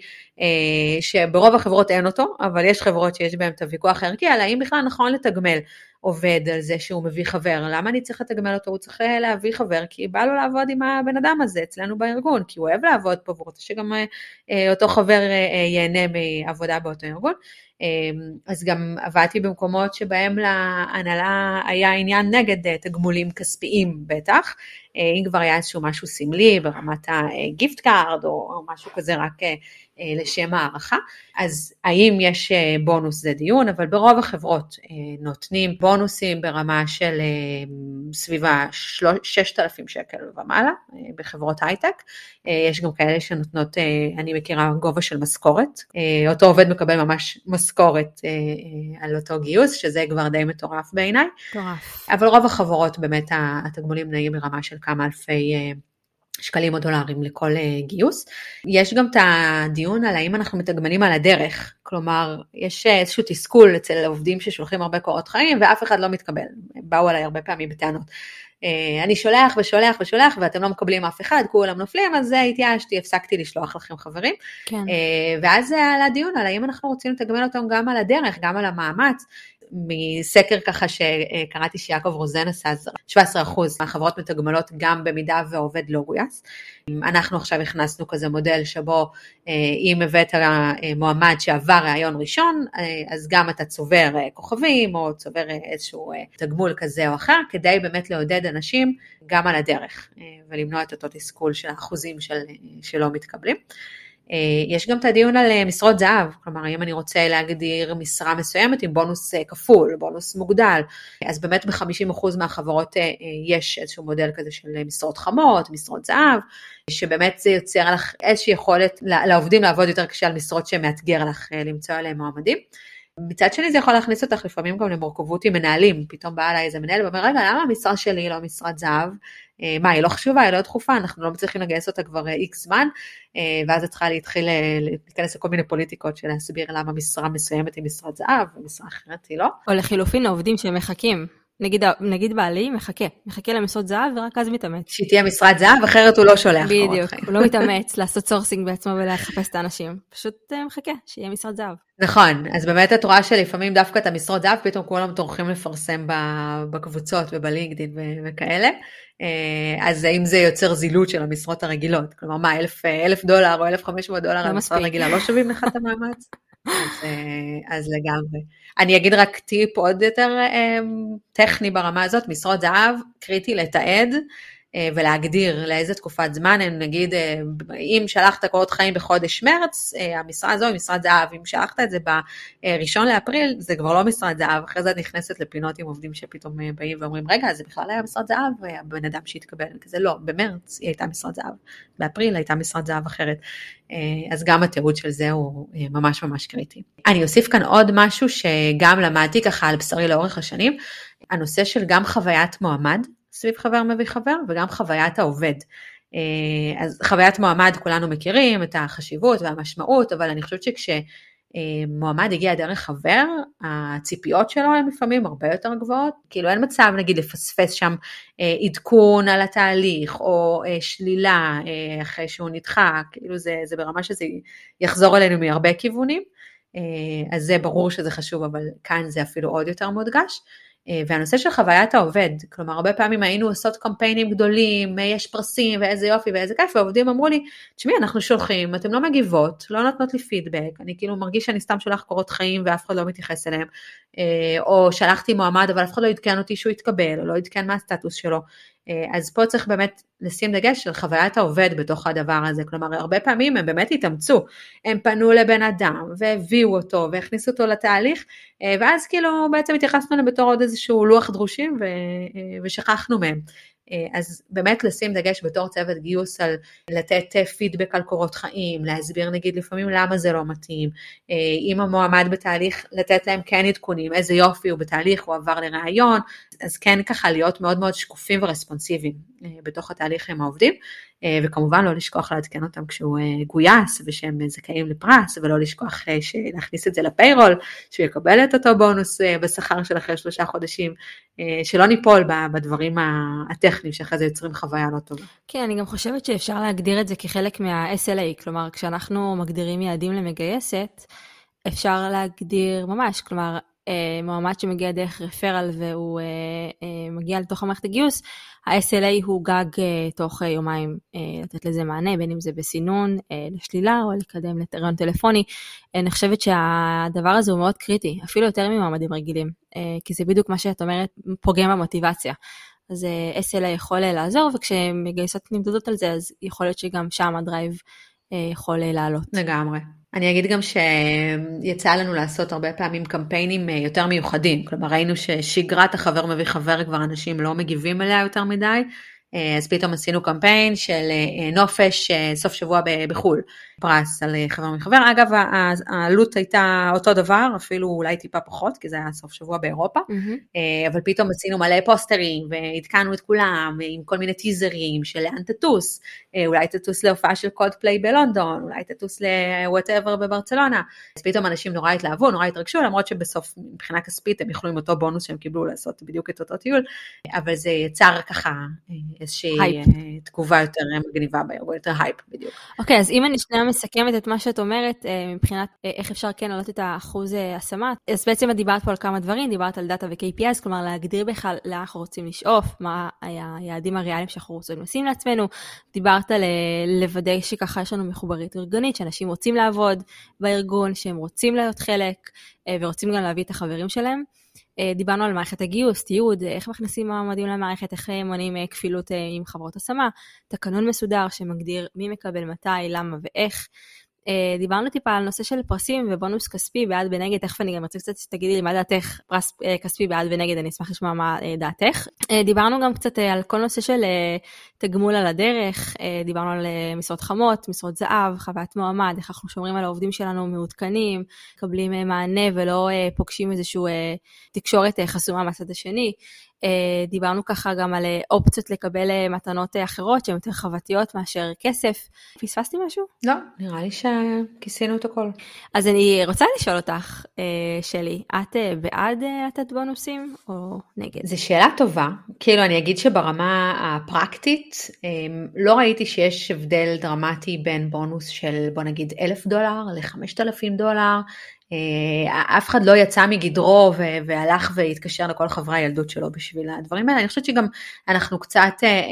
שברוב החברות אין אותו, אבל יש חברות שיש בהן את הוויכוח הערכי, על האם בכלל נכון לתגמל עובד על זה שהוא מביא חבר, למה אני צריך לתגמל אותו, הוא צריך להביא חבר, כי בא לו לעבוד עם הבן אדם הזה אצלנו בארגון, כי הוא אוהב לעבוד פה, והוא רוצה שגם אותו חבר ייהנה מעבודה באותו ארגון. אז גם עבדתי במקומות שבהם להנהלה היה עניין נגד תגמולים כספיים בטח, אם כבר היה איזשהו משהו סמלי ברמת הגיפט קארד או משהו כזה רק לשם הערכה, אז האם יש בונוס זה דיון, אבל ברוב החברות נותנים בונוסים ברמה של סביבה ששת אלפים שקל ומעלה בחברות הייטק, יש גם כאלה שנותנות, אני מכירה גובה של משכורת, אותו עובד מקבל ממש משכורת על אותו גיוס, שזה כבר די מטורף בעיניי, מטורף. אבל רוב החברות באמת התגמולים נעים ברמה של כמה אלפי שקלים או דולרים לכל גיוס. יש גם את הדיון על האם אנחנו מתגמלים על הדרך, כלומר יש איזשהו תסכול אצל עובדים ששולחים הרבה קורות חיים ואף אחד לא מתקבל, באו עליי הרבה פעמים בטענות. אני שולח ושולח ושולח ואתם לא מקבלים אף אחד, כולם נופלים, אז התייאשתי, הפסקתי לשלוח לכם חברים. כן. ואז על הדיון על האם אנחנו רוצים לתגמל אותם גם על הדרך, גם על המאמץ, מסקר ככה שקראתי שיעקב רוזן עשה, שבעה עשר אחוז מהחברות מתגמלות גם במידה ועובד לא גויס. אנחנו עכשיו הכנסנו כזה מודל שבו אם הבאת המועמד שעבר רעיון ראשון, אז גם אתה צובר כוכבים או צובר איזשהו תגמול כזה או אחר, כדי באמת לעודד אנשים גם על הדרך ולמנוע את אותו תסכול של האחוזים של, שלא מתקבלים. יש גם את הדיון על משרות זהב, כלומר אם אני רוצה להגדיר משרה מסוימת עם בונוס כפול, בונוס מוגדל, אז באמת ב-חמישים אחוז מהחברות יש איזשהו מודל כזה של משרות חמות, משרות זהב, שבאמת זה יוצר לך איזושהי יכולת לעובדים לעבוד יותר קשה על משרות שמאתגר לך למצוא עליהם מועמדים. מצד שני זה יכול להכניס אותך לפעמים גם למורכבות עם מנהלים, פתאום בא עליי איזה מנהל ואומר, רגע, למה המשרה שלי היא לא משרת זהב? מה, היא לא חשובה, היא לא דחופה, אנחנו לא מצליחים לגייס אותה כבר איקס זמן, ואז את צריכה להתחיל להיכנס לכל מיני פוליטיקות של להסביר למה משרה מסוימת היא משרת זהב, ומשרה אחרת היא לא. או לחילופין העובדים שמחכים. נגיד, נגיד בעלי מחכה, מחכה למשרות זהב ורק אז מתאמץ. שהיא תהיה משרת זהב, אחרת הוא לא שולח. בדיוק, הוא לא מתאמץ לעשות סורסינג בעצמו ולחפש את האנשים, פשוט מחכה שיהיה משרת זהב. נכון, אז באמת את רואה שלפעמים דווקא את המשרות זהב, פתאום כולם טורחים לפרסם בקבוצות ובלינקדאין וכאלה, אז האם זה יוצר זילות של המשרות הרגילות, כלומר מה, אלף, אלף דולר או אלף וחמש מאות דולר על משרה רגילה, לא שווים לך את המאמץ? אז, אז לגמרי. אני אגיד רק טיפ עוד יותר טכני ברמה הזאת, משרות זהב, קריטי לתעד ולהגדיר לאיזה תקופת זמן, נגיד אם שלחת קורות חיים בחודש מרץ, המשרה הזו היא משרת זהב, אם שלחת את זה בראשון לאפריל, זה כבר לא משרת זהב, אחרי זה את נכנסת לפינות עם עובדים שפתאום באים ואומרים, רגע, זה בכלל היה משרת זהב, והבן אדם שהתקבל, כזה לא, במרץ היא הייתה משרת זהב, באפריל הייתה משרת זהב אחרת, אז גם התיעוד של זה הוא ממש ממש קריטי. אני אוסיף כאן עוד משהו שגם למדתי ככה על בשרי לאורך השנים, הנושא של גם חוויית מועמד, סביב חבר מביא חבר, וגם חוויית העובד. אז חוויית מועמד כולנו מכירים את החשיבות והמשמעות, אבל אני חושבת שכשמועמד הגיע דרך חבר, הציפיות שלו הן לפעמים הרבה יותר גבוהות, כאילו אין מצב נגיד לפספס שם עדכון על התהליך, או שלילה אחרי שהוא נדחה, כאילו זה, זה ברמה שזה יחזור אלינו מהרבה כיוונים, אז זה ברור שזה חשוב, אבל כאן זה אפילו עוד יותר מודגש, והנושא של חוויית העובד, כלומר הרבה פעמים היינו עושות קמפיינים גדולים, יש פרסים ואיזה יופי ואיזה כיף, והעובדים אמרו לי, תשמעי אנחנו שולחים, אתם לא מגיבות, לא נותנות לי פידבק, אני כאילו מרגיש שאני סתם שולח קורות חיים ואף אחד לא מתייחס אליהם, או שלחתי מועמד אבל אף אחד לא יתקן אותי שהוא יתקבל, או לא יתקן מה הסטטוס שלו, אז פה צריך באמת לשים דגש על חוויית העובד בתוך הדבר הזה, כלומר הרבה פעמים הם באמת התאמצו, הם פנו לבן אדם והביאו אותו והכניסו אותו לתהליך, ואז כאילו בעצם התייחסנו להם בתור עוד איזשהו לוח דרושים ושכחנו מהם. אז באמת לשים דגש בתור צוות גיוס על לתת פידבק על קורות חיים, להסביר נגיד לפעמים למה זה לא מתאים, אם המועמד בתהליך לתת להם כן עדכונים, איזה יופי הוא בתהליך, הוא עבר לרעיון, אז כן ככה להיות מאוד מאוד שקופים ורספונסיביים בתוך התהליך עם העובדים, וכמובן לא לשכוח לעדכן אותם כשהוא גויס ושהם זכאים לפרס, ולא לשכוח להכניס את זה לפיירול, שהוא יקבל את אותו בונוס בשכר של אחרי שלושה חודשים, שלא ניפול בדברים הטכניים שאחרי זה יוצרים חוויה לא טובה. כן, אני גם חושבת שאפשר להגדיר את זה כחלק מה-אס אל איי, כלומר כשאנחנו מגדירים יעדים למגייסת, אפשר להגדיר ממש, כלומר מועמד שמגיע דרך רפרל והוא מגיע לתוך המערכת הגיוס, ה-אס אל איי הוא גג תוך יומיים לתת לזה מענה, בין אם זה בסינון, לשלילה או לקדם לרעיון טלפוני. אני חושבת שהדבר הזה הוא מאוד קריטי, אפילו יותר ממועמדים רגילים, כי זה בדיוק מה שאת אומרת, פוגם במוטיבציה. אז אס אל איי יכול לעזור, וכשמגייסות נמדדות על זה, אז יכול להיות שגם שם הדרייב יכול לעלות. לגמרי. אני אגיד גם שיצא לנו לעשות הרבה פעמים קמפיינים יותר מיוחדים, כלומר ראינו ששגרת החבר מביא חבר כבר אנשים לא מגיבים אליה יותר מדי, אז פתאום עשינו קמפיין של נופש סוף שבוע בחול, פרס על חבר מחבר, אגב העלות הייתה אותו דבר, אפילו אולי טיפה פחות, כי זה היה סוף שבוע באירופה, mm-hmm. אבל פתאום עשינו מלא פוסטרים, והתקענו את כולם, עם כל מיני טיזרים של לאן תטוס, אולי תטוס להופעה של קוד פליי בלונדון, אולי תטוס ל-whatever בברצלונה, אז פתאום אנשים נורא התלהבו, נורא התרגשו, למרות שבסוף מבחינה כספית הם יכלו עם אותו בונוס שהם קיבלו לעשות בדיוק את אותו טיול, אבל זה יצר ככה איזושהי תגובה יותר מגניבה בארגון, יותר הייפ בדיוק. אוקיי, אז אם אני שנייה מסכמת את מה שאת אומרת, מבחינת איך אפשר כן לעלות את האחוז השמה, אז בעצם דיברת פה על כמה דברים, דיברת על דאטה ו-קיי פי איז, כלומר להגדיר בכלל לאן אנחנו רוצים לשאוף, מה היעדים הריאליים שאנחנו רוצים לשים לעצמנו, דיברת על לוודא שככה יש לנו מחוברית ארגונית, שאנשים רוצים לעבוד בארגון, שהם רוצים להיות חלק, ורוצים גם להביא את החברים שלהם, דיברנו על מערכת הגיוס, תיעוד, איך מכניסים מועמדים למערכת, איך מונעים כפילות עם חברות השמה, תקנון מסודר שמגדיר מי מקבל מתי, למה ואיך. דיברנו טיפה על נושא של פרסים ובונוס כספי בעד ונגד, תכף אני גם רוצה קצת שתגידי לי מה דעתך, פרס כספי בעד ונגד, אני אשמח לשמוע מה דעתך. דיברנו גם קצת על כל נושא של תגמול על הדרך, דיברנו על משרות חמות, משרות זהב, חוויית מועמד, איך אנחנו שומרים על העובדים שלנו מעודכנים, מקבלים מענה ולא פוגשים איזשהו תקשורת חסומה מהצד השני. דיברנו ככה גם על אופציות לקבל מתנות אחרות שהן יותר חוותיות מאשר כסף. פספסתי משהו? לא, נראה לי שכיסינו את הכל. אז אני רוצה לשאול אותך, שלי, את בעד לתת בונוסים או נגד? זו שאלה טובה, כאילו אני אגיד שברמה הפרקטית, לא ראיתי שיש הבדל דרמטי בין בונוס של בוא נגיד אלף דולר ל-חמשת אלפים דולר, אף אחד לא יצא מגדרו והלך והתקשר לכל חברי הילדות שלו בשביל הדברים האלה. אני חושבת שגם אנחנו קצת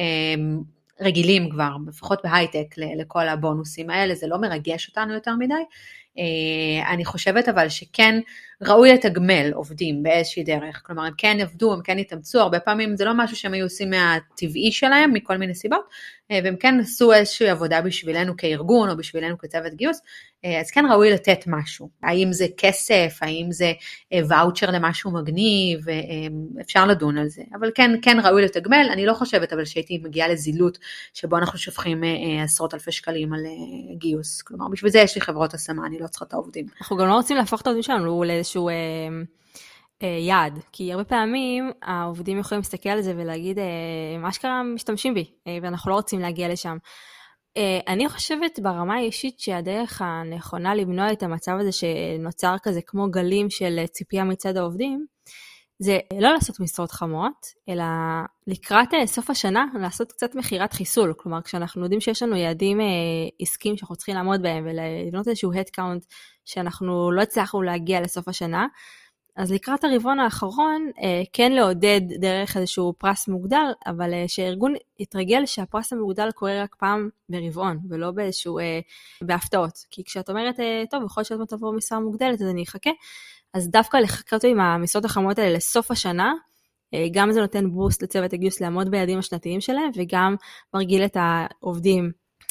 רגילים כבר, לפחות בהייטק, לכל הבונוסים האלה, זה לא מרגש אותנו יותר מדי. אני חושבת אבל שכן ראוי לתגמל עובדים באיזושהי דרך, כלומר הם כן עבדו, הם כן התאמצו, הרבה פעמים זה לא משהו שהם היו עושים מהטבעי שלהם, מכל מיני סיבות, והם כן עשו איזושהי עבודה בשבילנו כארגון, או בשבילנו כצוות גיוס, אז כן ראוי לתת משהו, האם זה כסף, האם זה ואוצ'ר למשהו מגניב, אפשר לדון על זה, אבל כן, כן ראוי לתגמל, אני לא חושבת אבל שהייתי מגיעה לזילות, שבו אנחנו שופכים עשרות אלפי שקלים על גיוס, כלומר בשביל זה יש לי חברות השמה, אני לא צריכה את העובדים. אנחנו גם לא רוצים להפוך את העובדים שלנו לאיזשהו אה, אה, יעד, כי הרבה פעמים העובדים יכולים להסתכל על זה ולהגיד, אה, מה שקרה משתמשים בי, אה, ואנחנו לא רוצים להגיע לשם. אה, אני חושבת ברמה האישית שהדרך הנכונה למנוע את המצב הזה שנוצר כזה כמו גלים של ציפייה מצד העובדים, זה לא לעשות משרות חמות, אלא לקראת סוף השנה לעשות קצת מחירת חיסול, כלומר כשאנחנו יודעים שיש לנו יעדים אה, עסקים שאנחנו צריכים לעמוד בהם, ולבנות איזשהו headcount שאנחנו לא הצלחנו להגיע לסוף השנה, אז לקראת הרבעון האחרון, אה, כן לעודד דרך איזשהו פרס מוגדל, אבל אה, שהארגון יתרגל שהפרס המוגדל קורה רק פעם ברבעון, ולא באיזשהו, אה, בהפתעות, כי כשאת אומרת, אה, טוב, יכול להיות שאת מתעבור משרה מוגדלת, אז אני אחכה, אז דווקא לחכות עם המשרות החמות האלה לסוף השנה, גם זה נותן בוסט לצוות הגיוס לעמוד ביעדים השנתיים שלהם, וגם מרגיל את העובדים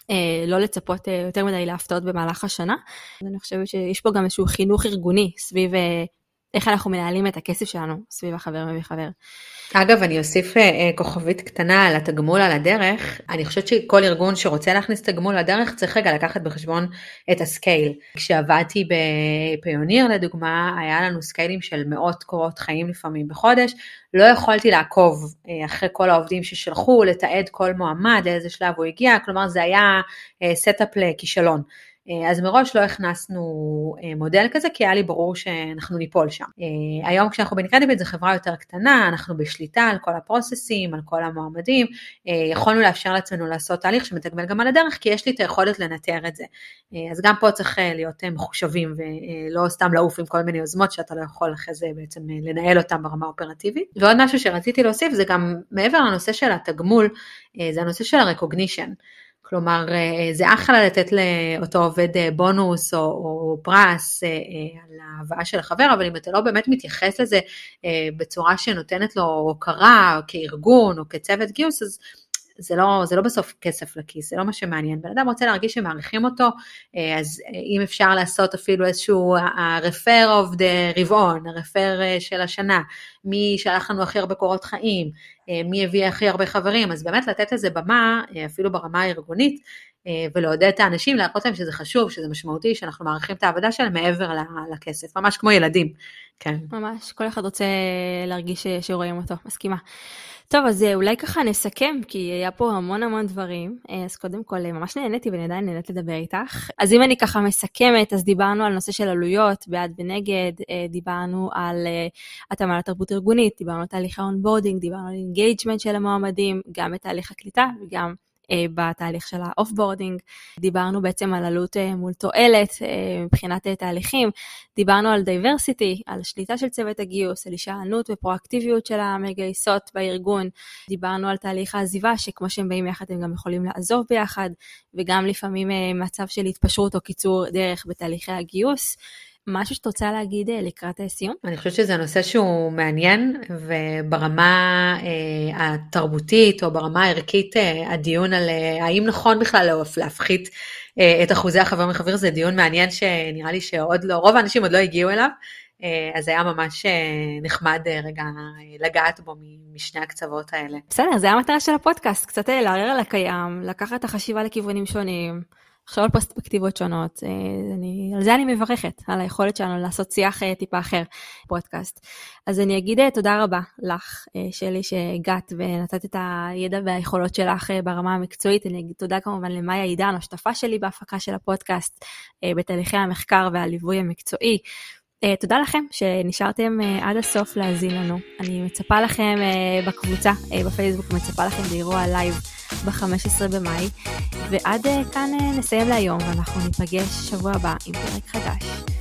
לא לצפות יותר מדי להפתעות במהלך השנה. אני חושבת שיש פה גם איזשהו חינוך ארגוני סביב איך אנחנו מנהלים את הכסף שלנו סביב החבר מביא חבר. אגב, אני אוסיף כוכבית קטנה על התגמול על הדרך. אני חושבת שכל ארגון שרוצה להכניס תגמול לדרך צריך רגע לקחת בחשבון את הסקייל. כשעבדתי בפיוניר לדוגמה, היה לנו סקיילים של מאות קורות חיים לפעמים בחודש, לא יכולתי לעקוב אחרי כל העובדים ששלחו, לתעד כל מועמד, לאיזה שלב הוא הגיע, כלומר זה היה סטאפ לכישלון. אז מראש לא הכנסנו מודל כזה, כי היה לי ברור שאנחנו ניפול שם. היום כשאנחנו בנקרדיביט זה חברה יותר קטנה, אנחנו בשליטה על כל הפרוססים, על כל המועמדים, יכולנו לאפשר לעצמנו לעשות תהליך שמתגמל גם על הדרך, כי יש לי את היכולת לנטר את זה. אז גם פה צריך להיות מחושבים, ולא סתם לעוף עם כל מיני יוזמות, שאתה לא יכול אחרי זה בעצם לנהל אותם ברמה אופרטיבית. ועוד משהו שרציתי להוסיף, זה גם מעבר לנושא של התגמול, זה הנושא של הרקוגנישן. כלומר, זה אחלה לתת לאותו עובד בונוס או, או פרס על ההבאה של החבר, אבל אם אתה לא באמת מתייחס לזה בצורה שנותנת לו הוקרה, או כארגון או כצוות גיוס, אז זה לא, זה לא בסוף כסף לכיס, זה לא מה שמעניין. בן אדם רוצה להרגיש שמעריכים אותו, אז אם אפשר לעשות אפילו איזשהו הרפר of the רבעון, הרפר של השנה, מי שלח לנו הכי הרבה קורות חיים, מי הביא הכי הרבה חברים, אז באמת לתת לזה במה, אפילו ברמה הארגונית, ולעודד את האנשים, להראות להם שזה חשוב, שזה משמעותי, שאנחנו מעריכים את העבודה שלהם מעבר לכסף, ממש כמו ילדים. כן. ממש, כל אחד רוצה להרגיש שרואים אותו, מסכימה. טוב, אז אולי ככה נסכם, כי היה פה המון המון דברים, אז קודם כל ממש נהניתי ואני עדיין נהנית לדבר איתך. אז אם אני ככה מסכמת, אז דיברנו על נושא של עלויות, בעד ונגד, דיברנו על התאמה לתרבות ארגונית, דיברנו על תהליך האונבורדינג, דיברנו על אינגייג'מנט של המועמדים, גם את תהליך הקליטה וגם בתהליך של האופבורדינג, דיברנו בעצם על עלות מול תועלת מבחינת תהליכים, דיברנו על דייברסיטי, על שליטה של צוות הגיוס, על הישענות ופרואקטיביות של המגייסות בארגון, דיברנו על תהליך העזיבה, שכמו שהם באים יחד הם גם יכולים לעזוב ביחד, וגם לפעמים מצב של התפשרות או קיצור דרך בתהליכי הגיוס. משהו שאת רוצה להגיד לקראת הסיום? אני חושבת שזה נושא שהוא מעניין, וברמה אה, התרבותית או ברמה הערכית, אה, הדיון על אה, האם נכון בכלל להפחית אה, את אחוזי החבר מחבר, זה דיון מעניין שנראה לי שעוד לא, רוב האנשים עוד לא הגיעו אליו, אה, אז היה ממש אה, נחמד אה, רגע אה, לגעת בו משני הקצוות האלה. בסדר, זה המטרה של הפודקאסט, קצת לערער על הקיים, לקחת את החשיבה לכיוונים שונים, עכשיו על פרספקטיבות שונות, אני, על זה אני מברכת, על היכולת שלנו לעשות שיח טיפה אחר, פודקאסט. אז אני אגיד תודה רבה לך, שלי, שהגעת ונתת את הידע והיכולות שלך ברמה המקצועית. אני אגיד תודה כמובן למאיה עידן, השותפה שלי בהפקה של הפודקאסט, בתהליכי המחקר והליווי המקצועי. תודה לכם שנשארתם עד הסוף להאזין לנו. אני מצפה לכם בקבוצה, בפייסבוק, מצפה לכם באירוע לייב ב-חמישה עשר במאי, ועד כאן נסיים להיום, ואנחנו ניפגש שבוע הבא עם פרק חדש.